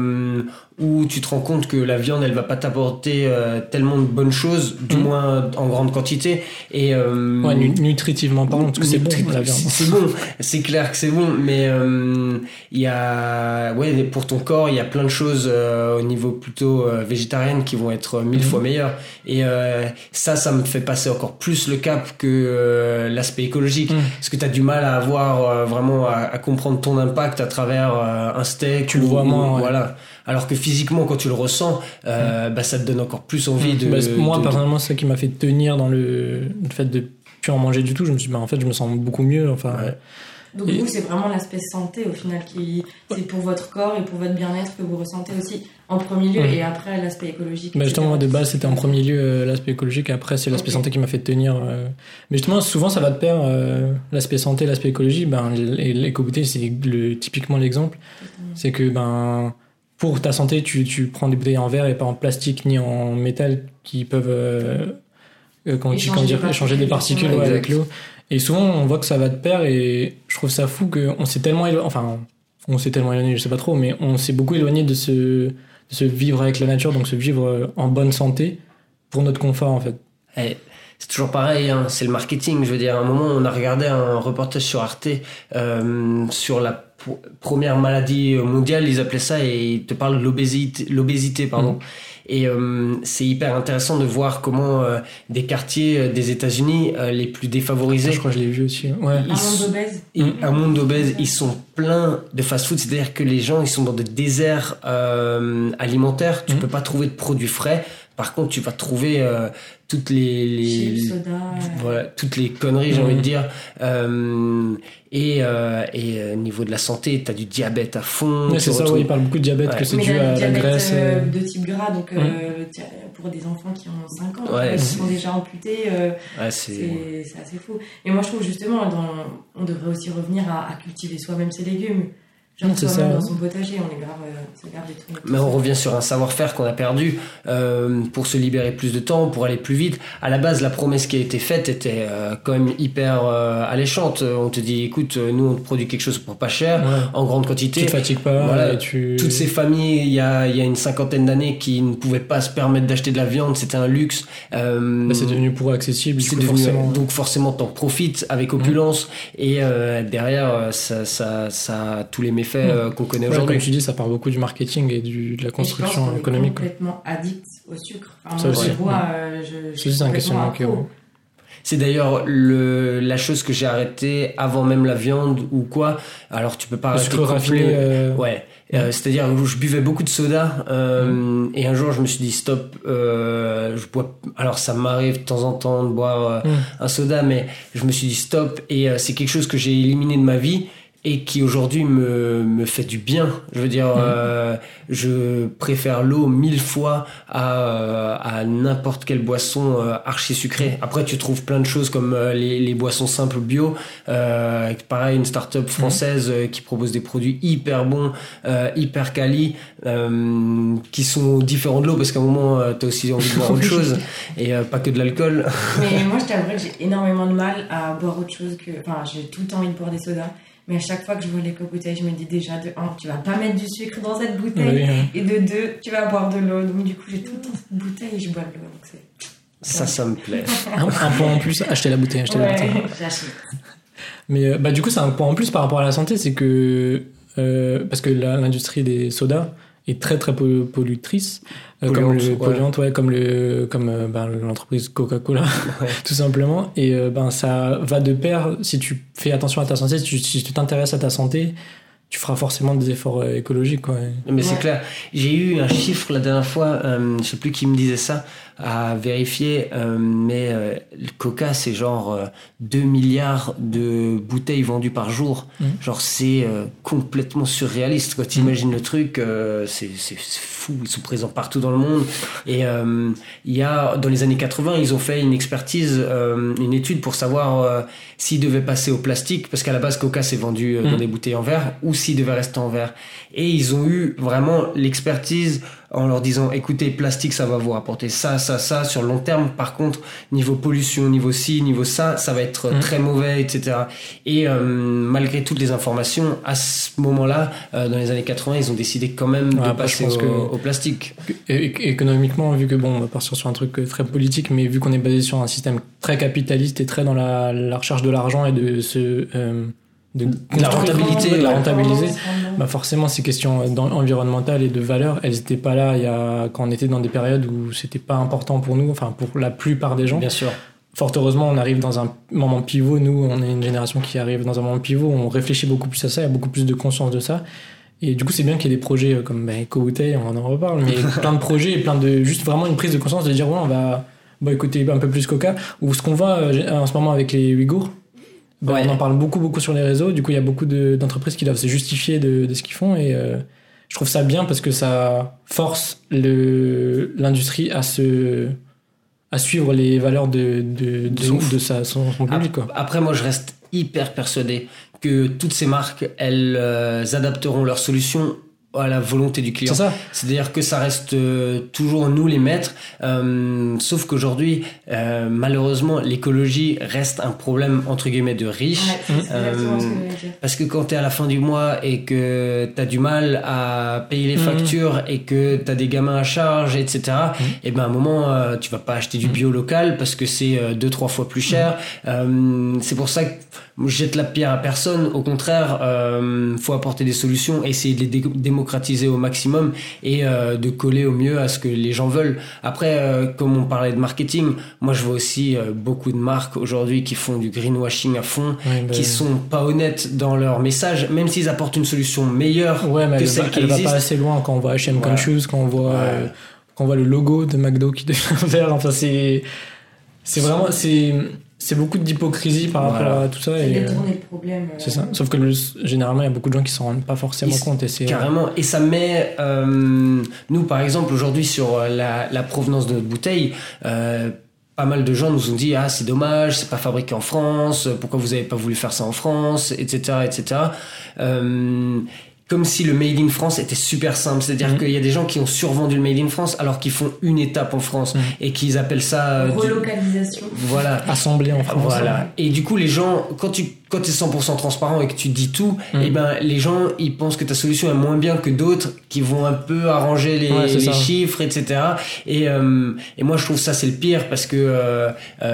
où tu te rends compte que la viande, elle va pas t'apporter tellement de bonnes choses, du moins en grande quantité. Et ouais, nutritivement parlant, parce que c'est bon, la viande. C'est bon, c'est clair que c'est bon, mais il y a, pour ton corps, il y a plein de choses au niveau plutôt végétarienne qui vont être 1000 fois meilleures. Et ça me fait passer encore plus le cap que l'aspect écologique, parce que t'as du mal à avoir vraiment à comprendre ton impact à travers un steak. Tu le vois moins. Voilà. Alors que physiquement, quand tu le ressens, ça te donne encore plus envie de... Moi, personnellement, c'est ça qui m'a fait tenir dans le fait de plus en manger du tout. Je me suis dit, en fait, je me sens beaucoup mieux. Enfin, Donc vous, c'est vraiment l'aspect santé, au final, c'est pour votre corps et pour votre bien-être que vous ressentez aussi en premier lieu, et après, l'aspect écologique. Justement, moi, de base, c'était en premier lieu l'aspect écologique, et après, c'est l'aspect santé qui m'a fait tenir. Mais justement, souvent, ça va de pair, l'aspect santé, l'aspect écologie. L'éco-bouteille, c'est typiquement l'exemple. C'est que, pour ta santé, tu prends des bouteilles en verre et pas en plastique ni en métal qui peuvent échanger des particules avec l'eau. Et souvent, on voit que ça va de pair et je trouve ça fou qu'on s'est tellement éloigné, je sais pas trop, mais on s'est beaucoup éloigné de se vivre avec la nature, donc se vivre en bonne santé pour notre confort, en fait. C'est toujours pareil, hein, c'est le marketing. Je veux dire, à un moment, on a regardé un reportage sur Arte sur la première maladie mondiale, ils appelaient ça, et ils te parlent de l'obésité, pardon. Et c'est hyper intéressant de voir comment des quartiers des États-Unis les plus défavorisés, je crois que je l'ai vu aussi. Ouais. Un monde d'obèses, ils sont pleins de fast-food, c'est-à-dire que les gens ils sont dans des déserts alimentaires, tu peux pas trouver de produits frais. Par contre, tu vas trouver toutes les soda, toutes les conneries, j'ai envie de dire. Et au niveau de la santé, t'as du diabète à fond. Ouais, c'est ça, il parle beaucoup de diabète, que c'est dû à la graisse. De type gras, donc pour des enfants qui ont 5 ans, qui sont déjà amputés, c'est assez fou. Et moi, je trouve justement, on devrait aussi revenir à cultiver soi-même ses légumes. Genre soi-même dans son potager, on est grave, ça garde des trucs. Mais on revient sur un savoir-faire qu'on a perdu pour se libérer plus de temps, pour aller plus vite. À la base, la promesse qui a été faite était quand même hyper alléchante. On te dit, écoute, nous on te produit quelque chose pour pas cher, en grande quantité. Tu te fatigues pas. Voilà, toutes ces familles, il y a une 50aine d'années, qui ne pouvaient pas se permettre d'acheter de la viande, c'était un luxe. C'est devenu pour accessible. Donc forcément, t'en profites avec opulence. Et derrière, ça a tous les méfaits qu'on connaît aujourd'hui. Comme tu dis, ça part beaucoup du marketing et de la construction économique. Je suis complètement addict au sucre. Ça aussi. C'est un questionnement. C'est d'ailleurs la chose que j'ai arrêté avant même la viande ou quoi. Alors tu peux pas arrêter raffiné. C'est-à-dire que je buvais beaucoup de soda et un jour je me suis dit stop. Je bois. Alors ça m'arrive de temps en temps de boire un soda, mais je me suis dit stop et c'est quelque chose que j'ai éliminé de ma vie. et qui aujourd'hui me fait du bien. Je veux dire, je préfère l'eau 1000 fois à n'importe quelle boisson archi sucrée. Après, tu trouves plein de choses comme les boissons simples bio. Pareil, une start-up française qui propose des produits hyper bons, hyper quali, qui sont différents de l'eau, parce qu'à un moment, t'as aussi envie de boire autre chose, et pas que de l'alcool. Mais moi, je t'avoue que j'ai énormément de mal à boire autre chose que... Enfin, j'ai tout le temps envie de boire des sodas. Mais à chaque fois que je vois l'éco-bouteille, je me dis déjà, de 1, tu vas pas mettre du sucre dans cette bouteille. Et de 2, tu vas boire de l'eau. Donc du coup, j'ai tout le temps cette bouteille et je bois de l'eau. Donc ça me plaît. Un point en plus, acheter la bouteille. J'achète. Mais du coup, c'est un point en plus par rapport à la santé, c'est que... parce que l'industrie des sodas est très très pollutrice, polluante, comme l'entreprise Coca-Cola, tout simplement. Et ça va de pair. Si tu fais attention à ta santé, si tu t'intéresses à ta santé, tu feras forcément des efforts écologiques, quoi. Mais c'est clair. J'ai eu un chiffre la dernière fois, je sais plus qui me disait ça, à vérifier, mais le Coca, c'est genre 2 milliards de bouteilles vendues par jour. Genre, c'est complètement surréaliste, quoi. T'imagines le truc, c'est fou. Ils sont présents partout dans le monde. Et il y a, dans les années 80, ils ont fait une expertise, une étude pour savoir s'ils devaient passer au plastique, parce qu'à la base, Coca, c'est vendu dans des bouteilles en verre, ou s'ils devaient rester en verre. Et ils ont eu vraiment l'expertise en leur disant, écoutez, plastique, ça va vous rapporter ça. Sur le long terme, par contre, niveau pollution, niveau ci, niveau ça va être très mauvais, etc. Et malgré toutes les informations, à ce moment-là, dans les années 80, ils ont décidé quand même de passer au plastique. Économiquement, vu que on va partir sur un truc très politique, mais vu qu'on est basé sur un système très capitaliste et très dans la recherche de l'argent et de la rentabilité, de la rentabiliser, forcément ces questions environnementales et de valeurs, elles n'étaient pas là quand on était dans des périodes où c'était pas important pour nous, enfin pour la plupart des gens. Bien sûr. Fort heureusement, on arrive dans un moment pivot. Nous, on est une génération qui arrive dans un moment pivot, on réfléchit beaucoup plus à ça, il y a beaucoup plus de conscience de ça. Et du coup, c'est bien qu'il y ait des projets comme Eco-Bouteille, on en reparle, mais plein de projets et plein de juste vraiment une prise de conscience de dire on va boycotter un peu plus Coca, ou ce qu'on voit en ce moment avec les Ouïghours. On en parle beaucoup sur les réseaux. Du coup, il y a beaucoup d'entreprises qui doivent se justifier de ce qu'ils font, et je trouve ça bien parce que ça force l'industrie à suivre les valeurs de son public, quoi. Après, moi, je reste hyper persuadé que toutes ces marques, elles adapteront leurs solutions à la volonté du client. C'est ça. C'est-à-dire que ça reste toujours nous les maîtres, sauf qu'aujourd'hui, malheureusement, l'écologie reste un problème entre guillemets de riches. Parce que quand t'es à la fin du mois et que t'as du mal à payer les factures et que t'as des gamins à charge, etc. Et à un moment, tu vas pas acheter du bio local parce que c'est 2-3 fois plus cher. C'est pour ça que je jette la pierre à personne. Au contraire, faut apporter des solutions, essayer de les démocratiser au maximum et de coller au mieux à ce que les gens veulent. Après, comme on parlait de marketing, moi je vois aussi beaucoup de marques aujourd'hui qui font du greenwashing à fond, qui sont pas honnêtes dans leur message, même s'ils apportent une solution meilleure que celle qui existe. Elle va pas assez loin quand on voit H&M Conscious, quand on voit le logo de McDo qui devient vert. Enfin, c'est vraiment... C'est beaucoup d'hypocrisie par rapport à tout ça. C'est détourner le problème. C'est ça. Sauf que généralement, il y a beaucoup de gens qui s'en rendent pas forcément compte. Carrément. Et ça met... nous, par exemple, aujourd'hui, sur la provenance de notre bouteille... pas mal de gens nous ont dit c'est dommage, c'est pas fabriqué en France, pourquoi vous avez pas voulu faire ça en France, etc. Comme si le Made in France était super simple. C'est-à-dire qu'il y a des gens qui ont survendu le Made in France alors qu'ils font une étape en France et qu'ils appellent ça... relocalisation. Voilà. Assemblée en France. Voilà. Et du coup, les gens, quand t'es 100% transparent et que tu dis tout, les gens, ils pensent que ta solution est moins bien que d'autres qui vont un peu arranger les chiffres, etc. Et moi, je trouve ça, c'est le pire parce que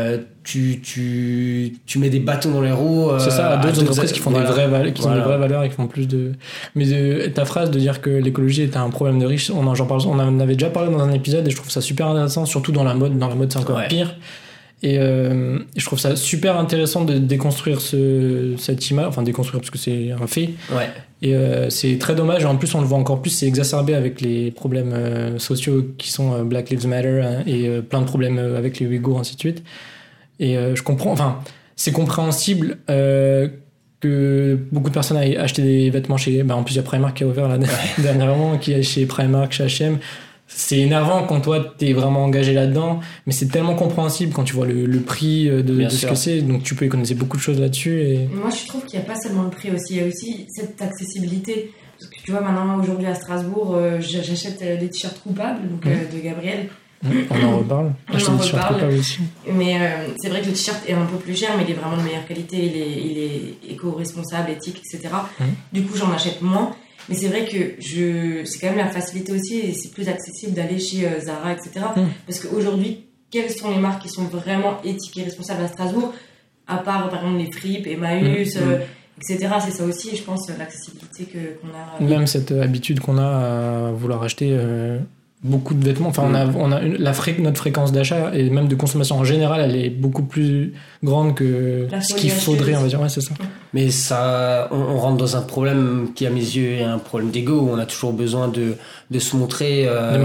tu mets des bâtons dans les roues. C'est ça, à d'autres entreprises qui font des vraies valeurs, qui ont des vraies valeurs et qui font plus de... Mais ta phrase de dire que l'écologie est un problème de riches, on en avait déjà parlé dans un épisode et je trouve ça super intéressant, surtout dans la mode. Dans la mode, c'est encore pire. Et je trouve ça super intéressant de déconstruire cette image, enfin déconstruire parce que c'est un fait. Ouais. Et c'est très dommage, et en plus on le voit encore plus, c'est exacerbé avec les problèmes sociaux qui sont Black Lives Matter et plein de problèmes avec les Ouïghours, ainsi de suite. Et je comprends, enfin c'est compréhensible que que beaucoup de personnes aient acheté des vêtements chez... en plus, il y a Primark qui a ouvert là, dernièrement, qui est chez Primark, chez H&M. C'est énervant quand toi, t'es vraiment engagé là-dedans, mais c'est tellement compréhensible quand tu vois le prix de ce que c'est. Donc, tu peux économiser beaucoup de choses là-dessus. Et... Moi, je trouve qu'il n'y a pas seulement le prix aussi. Il y a aussi cette accessibilité. Parce que tu vois, maintenant, aujourd'hui à Strasbourg, j'achète des t-shirts coupables de Gabriel. On en reparle. On en reparle. Aussi. Mais c'est vrai que le t-shirt est un peu plus cher, mais il est vraiment de meilleure qualité. Il est éco-responsable, éthique, etc. Du coup, j'en achète moins. Mais c'est vrai que c'est quand même la facilité aussi, et c'est plus accessible d'aller chez Zara, etc. Parce qu'aujourd'hui, quelles sont les marques qui sont vraiment éthiques et responsables à Strasbourg, à part par exemple les Fripes, Emmaüs, etc. C'est ça aussi, je pense, l'accessibilité qu'on a. Même cette habitude qu'on a à vouloir acheter beaucoup de vêtements. Enfin, on a notre fréquence d'achat et même de consommation en général, elle est beaucoup plus grande que ce qu'il faudrait, on va dire. Ouais, c'est ça. Mais ça, on rentre dans un problème qui, à mes yeux, est un problème d'ego, où on a toujours besoin de se montrer,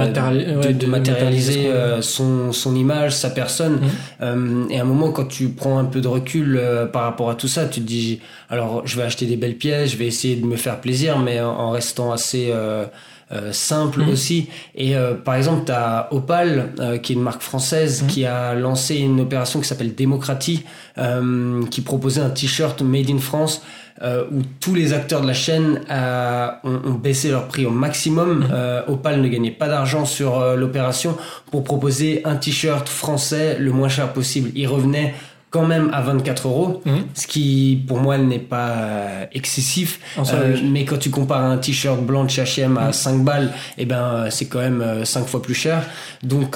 de matérialiser son image, sa personne. Et à un moment, quand tu prends un peu de recul par rapport à tout ça, tu te dis, alors, je vais acheter des belles pièces, je vais essayer de me faire plaisir, mais en restant assez... simple aussi. Et par exemple, tu as Opal, qui est une marque française, qui a lancé une opération qui s'appelle Démocratie, qui proposait un t-shirt made in France, où tous les acteurs de la chaîne ont baissé leur prix au maximum. Opal ne gagnait pas d'argent sur l'opération pour proposer un t-shirt français le moins cher possible. Il revenait quand même à 24 €, ce qui pour moi n'est pas excessif, mais quand tu compares un t-shirt blanc de chez H&M à 5 balles, et ben c'est quand même 5 fois plus cher. Donc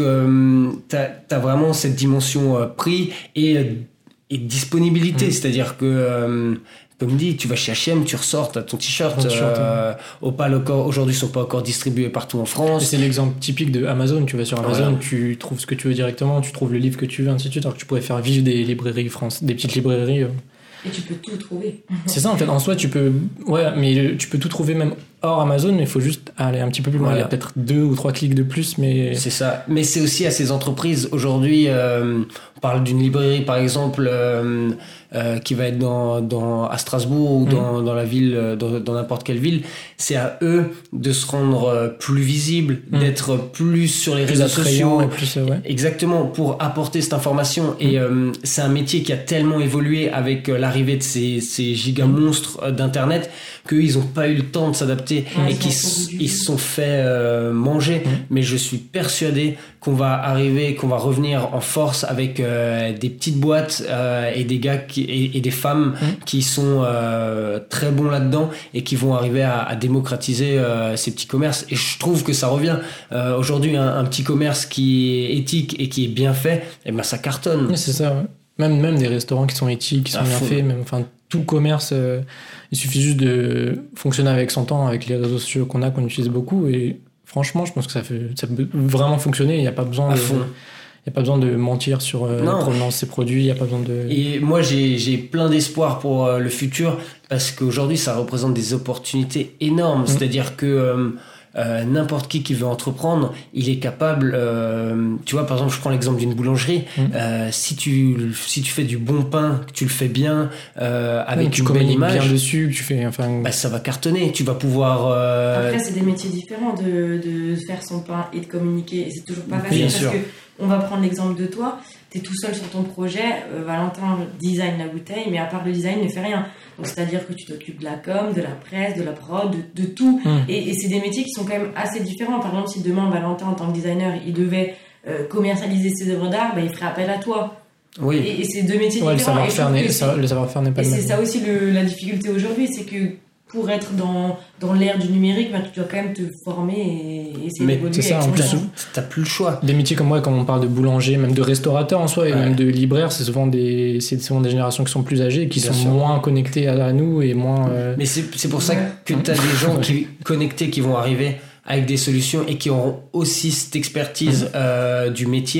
t'as vraiment cette dimension prix et disponibilité, c'est-à-dire que comme dit, tu vas chez H&M, tu ressors, t'as ton t-shirt. Opal aujourd'hui sont pas encore distribués partout en France. Et c'est l'exemple typique de Amazon. Tu vas sur Amazon, tu trouves ce que tu veux directement, tu trouves le livre que tu veux, ainsi de suite. Alors que tu pourrais faire vivre des librairies des petites librairies. Et tu peux tout trouver. C'est ça, en fait. En soi, tu peux tout trouver même hors Amazon, mais il faut juste aller un petit peu plus loin. Il y a peut-être 2 ou 3 clics de plus, mais... C'est ça. Mais c'est aussi à ces entreprises. Aujourd'hui, on parle d'une librairie, par exemple, qui va être à Strasbourg ou dans la ville, dans n'importe quelle ville. C'est à eux de se rendre plus visibles, d'être plus sur les réseaux sociaux. Exactement, pour apporter cette information. Et c'est un métier qui a tellement évolué avec l'arrivée de ces giga monstres d'Internet qu'ils n'ont pas eu le temps de s'adapter et qu'ils se sont fait manger. Mais je suis persuadé qu'on va revenir en force avec des petites boîtes et des gars et des femmes qui sont très bons là-dedans et qui vont arriver à démocratiser ces petits commerces. Et je trouve que ça revient. Aujourd'hui, un petit commerce qui est éthique et qui est bien fait, et ben ça cartonne. Oui, c'est ça. Ouais. Même des restaurants qui sont éthiques, qui sont bien faits, tout le commerce, il suffit juste de fonctionner avec son temps, avec les réseaux sociaux qu'on utilise beaucoup, et franchement, je pense que ça peut vraiment fonctionner. Il n'y a pas besoin de mentir sur la provenance de ces produits, il n'y a pas besoin de... Et moi, j'ai plein d'espoir pour le futur, parce qu'aujourd'hui, ça représente des opportunités énormes. C'est-à-dire que n'importe qui veut entreprendre, il est capable, tu vois, par exemple, je prends l'exemple d'une boulangerie, si tu fais du bon pain, que tu le fais bien, avec une belle image, bien dessus, que tu fais, ça va cartonner, tu vas pouvoir... Après, c'est des métiers différents de faire son pain et de communiquer, et c'est toujours pas facile, parce que on va prendre l'exemple de toi, t'es tout seul sur ton projet, Valentin design la bouteille, mais à part le design, ne fait rien. Donc, c'est-à-dire que tu t'occupes de la com, de la presse, de la prod, de tout. Et c'est des métiers qui sont quand même assez différents. Par exemple, si demain, Valentin, en tant que designer, il devait commercialiser ses œuvres d'art, il ferait appel à toi. Oui. Et c'est deux métiers différents. Le savoir-faire n'est pas le même. Et c'est ça aussi la difficulté aujourd'hui, c'est que pour être dans l'ère du numérique, tu dois quand même te former et essayer d'évoluer. Mais c'est ça, en plus, t'as plus le choix. Des métiers comme moi, quand on parle de boulanger, même de restaurateur en soi, et même de libraire, c'est souvent des générations qui sont plus âgées, qui sont moins connectées à nous et moins... Mais c'est pour ça que t'as des gens connectés qui vont arriver avec des solutions et qui auront aussi cette expertise du métier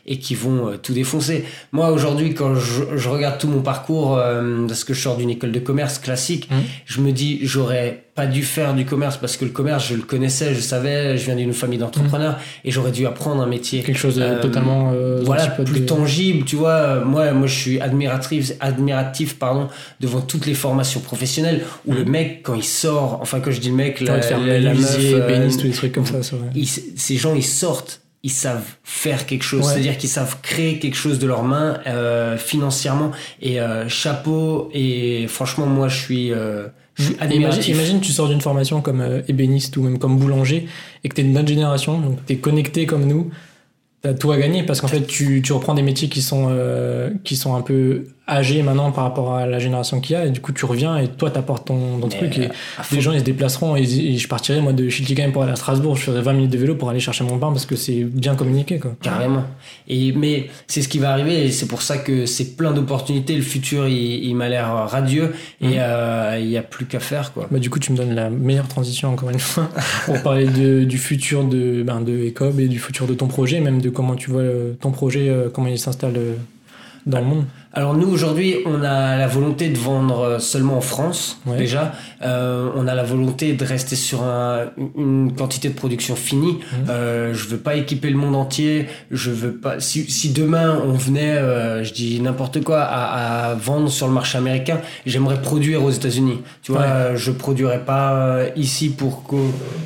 et qui vont tout défoncer. Moi, aujourd'hui, quand je regarde tout mon parcours, parce que je sors d'une école de commerce classique, je me dis, j'aurais pas dû faire du commerce parce que le commerce, je le connaissais, je savais, je viens d'une famille d'entrepreneurs et j'aurais dû apprendre un métier. Quelque chose de totalement plus tangible, tu vois. Moi, je suis admiratif, devant toutes les formations professionnelles où le mec, quand il sort, enfin, quand je dis le mec, la meuf, béniste, tous des trucs comme ça, c'est vrai. Ces gens, ils sortent, ils savent faire quelque chose, c'est-à-dire qu'ils savent créer quelque chose de leurs mains, financièrement, et chapeau, et franchement, moi, je suis imagine tu sors d'une formation comme ébéniste ou même comme boulanger et que t'es de notre génération, donc t'es connecté comme nous, t'as tout à gagner parce qu'en fait tu reprends des métiers qui sont un peu âgés maintenant par rapport à la génération qu'il y a et du coup tu reviens et toi t'apportes ton truc et les gens ils se déplaceront et je partirais moi de Schiltigheim pour aller à Strasbourg, je ferais 20 minutes de vélo pour aller chercher mon pain parce que c'est bien communiqué quoi. Carrément. Mais c'est ce qui va arriver et c'est pour ça que c'est plein d'opportunités, le futur il m'a l'air radieux et il y a plus qu'à faire quoi. Bah du coup tu me donnes la meilleure transition encore une fois pour parler du futur de Ecob et du futur de ton projet, même de comment tu vois ton projet, comment il s'installe dans le monde. Alors nous aujourd'hui on a la volonté de vendre seulement en France déjà, on a la volonté de rester sur une quantité de production finie. Je veux pas équiper le monde entier, je veux pas si demain on venait je dis n'importe quoi à vendre sur le marché américain, j'aimerais produire aux États-Unis, tu vois. Je produirais pas ici pour que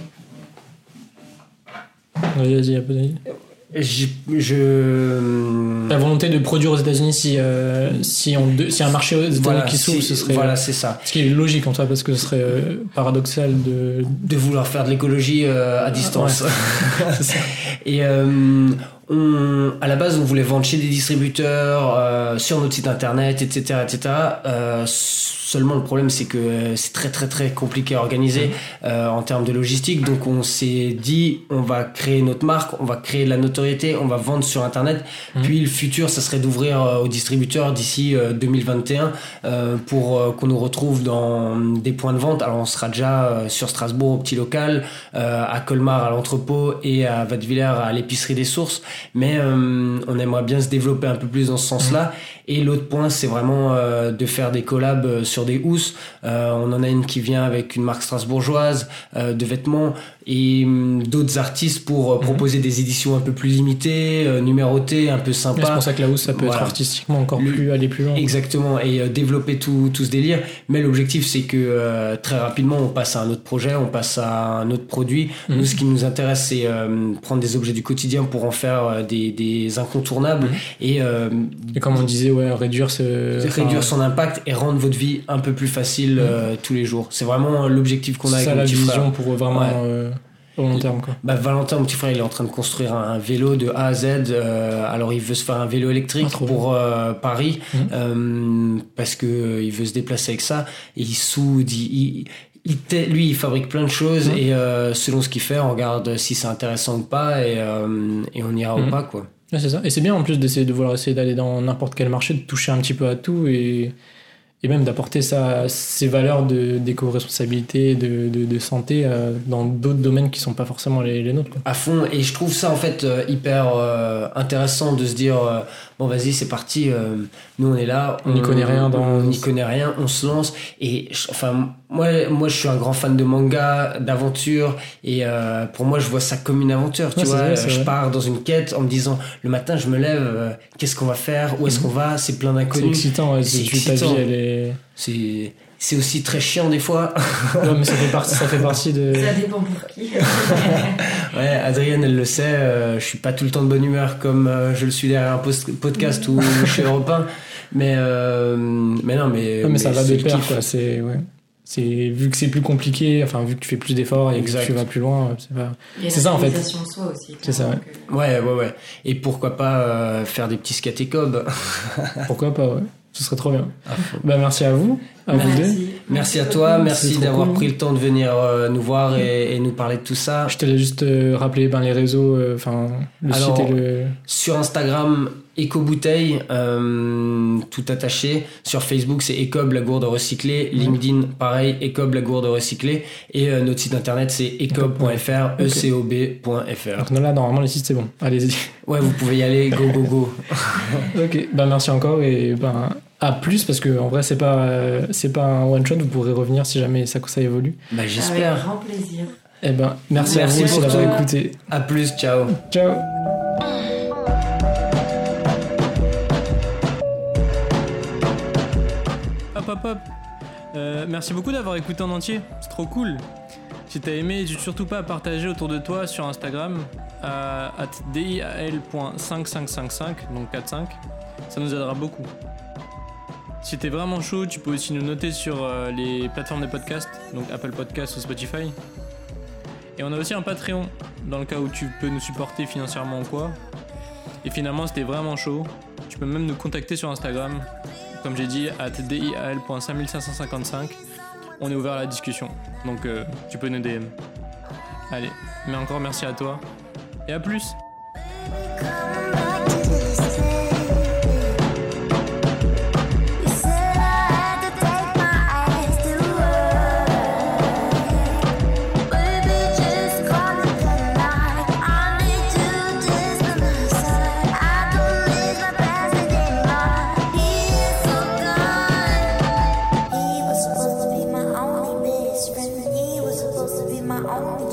vas-y, la volonté de produire aux États-Unis si un marché aux États-Unis qui s'ouvre, ce serait c'est ça. Ce qui est logique en toi parce que ce serait paradoxal de vouloir faire de l'écologie à distance. C'est ça. Et à la base on voulait vendre chez des distributeurs, sur notre site internet, etc. Seulement le problème c'est que c'est très très très compliqué à organiser en termes de logistique, donc on s'est dit on va créer notre marque, on va créer de la notoriété, on va vendre sur internet, puis le futur ça serait d'ouvrir aux distributeurs d'ici 2021 pour qu'on nous retrouve dans des points de vente. Alors on sera déjà sur Strasbourg au petit local, à Colmar à l'entrepôt et à Wattwiller à l'épicerie des sources, mais on aimerait bien se développer un peu plus dans ce sens-là. Et l'autre point c'est vraiment de faire des collabs sur des housses. On en a une qui vient avec une marque strasbourgeoise de vêtements et d'autres artistes pour proposer des éditions un peu plus limitées, numérotées, un peu sympas. C'est pour ça que la housse ça peut être artistiquement encore aller plus loin. Exactement, et développer tout ce délire. Mais l'objectif c'est que très rapidement on passe à un autre projet, on passe à un autre produit. Nous ce qui nous intéresse c'est prendre des objets du quotidien pour en faire des incontournables et comme on disait réduire son impact et rendre votre vie un peu plus facile tous les jours. C'est vraiment l'objectif qu'on a avec mon petit frère. C'est la vision pour vraiment au long terme quoi. Valentin, mon petit frère, il est en train de construire un vélo de A à Z. Alors il veut se faire un vélo électrique pour Paris parce que il veut se déplacer avec ça. Et il soude, lui il fabrique plein de choses et selon ce qu'il fait on regarde si c'est intéressant ou pas et on ira ou pas quoi. Ouais, c'est ça. Et c'est bien en plus d'essayer de vouloir essayer d'aller dans n'importe quel marché, de toucher un petit peu à tout et même d'apporter ses valeurs d'éco-responsabilité, de santé dans d'autres domaines qui sont pas forcément les nôtres quoi. À fond, et je trouve ça en fait hyper intéressant de se dire bon vas-y c'est parti, nous on est là, on n'y connaît rien on se lance. Et moi je suis un grand fan de manga, d'aventure, et pour moi je vois ça comme une aventure, tu vois. Je pars dans une quête en me disant le matin je me lève, qu'est-ce qu'on va faire, où est-ce qu'on va, c'est plein d'inconnus. C'est excitant, c'est excitant. Ta vie elle est... C'est aussi très chiant des fois. Non mais ça fait partie de... Ça dépend pour qui. Ouais, Adrienne elle le sait, je suis pas tout le temps de bonne humeur comme je le suis derrière un podcast ou chez Europe 1, mais ça va de pair quoi, c'est vu que c'est plus compliqué, enfin vu que tu fais plus d'efforts et que tu vas plus loin, c'est ça en fait. De soi aussi. C'est ça. Ouais. Et pourquoi pas faire des petits scatécobes. Pourquoi pas, ouais. Ce serait trop bien. Merci à vous. Vous deux. Merci à toi. Merci d'avoir pris le temps de venir nous voir et nous parler de tout ça. Je te laisse juste rappeler les réseaux, le site et le... Sur Instagram, Éco-bouteille, tout attaché. Sur Facebook, c'est Ecob, la gourde recyclée. LinkedIn, pareil, Ecob, la gourde recyclée. Et notre site internet, c'est ecob.fr, ecob.fr. Donc là, normalement, le site, c'est bon. Allez-y. Ouais, vous pouvez y aller, go, go, go. Ok, merci encore et à plus, parce que en vrai, c'est pas un one-shot, vous pourrez revenir si jamais ça évolue. J'espère. Avec grand plaisir. Merci à vous aussi d'avoir écouté. À plus, ciao. Ciao. Hop. Merci beaucoup d'avoir écouté en entier, c'est trop cool. Si t'as aimé, n'hésite surtout pas à partager autour de toi sur Instagram à dial.5555, donc 45. Ça nous aidera beaucoup. Si t'es vraiment chaud, tu peux aussi nous noter sur les plateformes de podcast, donc Apple Podcasts ou Spotify. Et on a aussi un Patreon, dans le cas où tu peux nous supporter financièrement ou quoi. Et finalement, si t'es vraiment chaud, tu peux même nous contacter sur Instagram, comme j'ai dit, à dial.5555. On est ouvert à la discussion, donc tu peux nous DM. Allez, mais encore merci à toi, et à plus. My own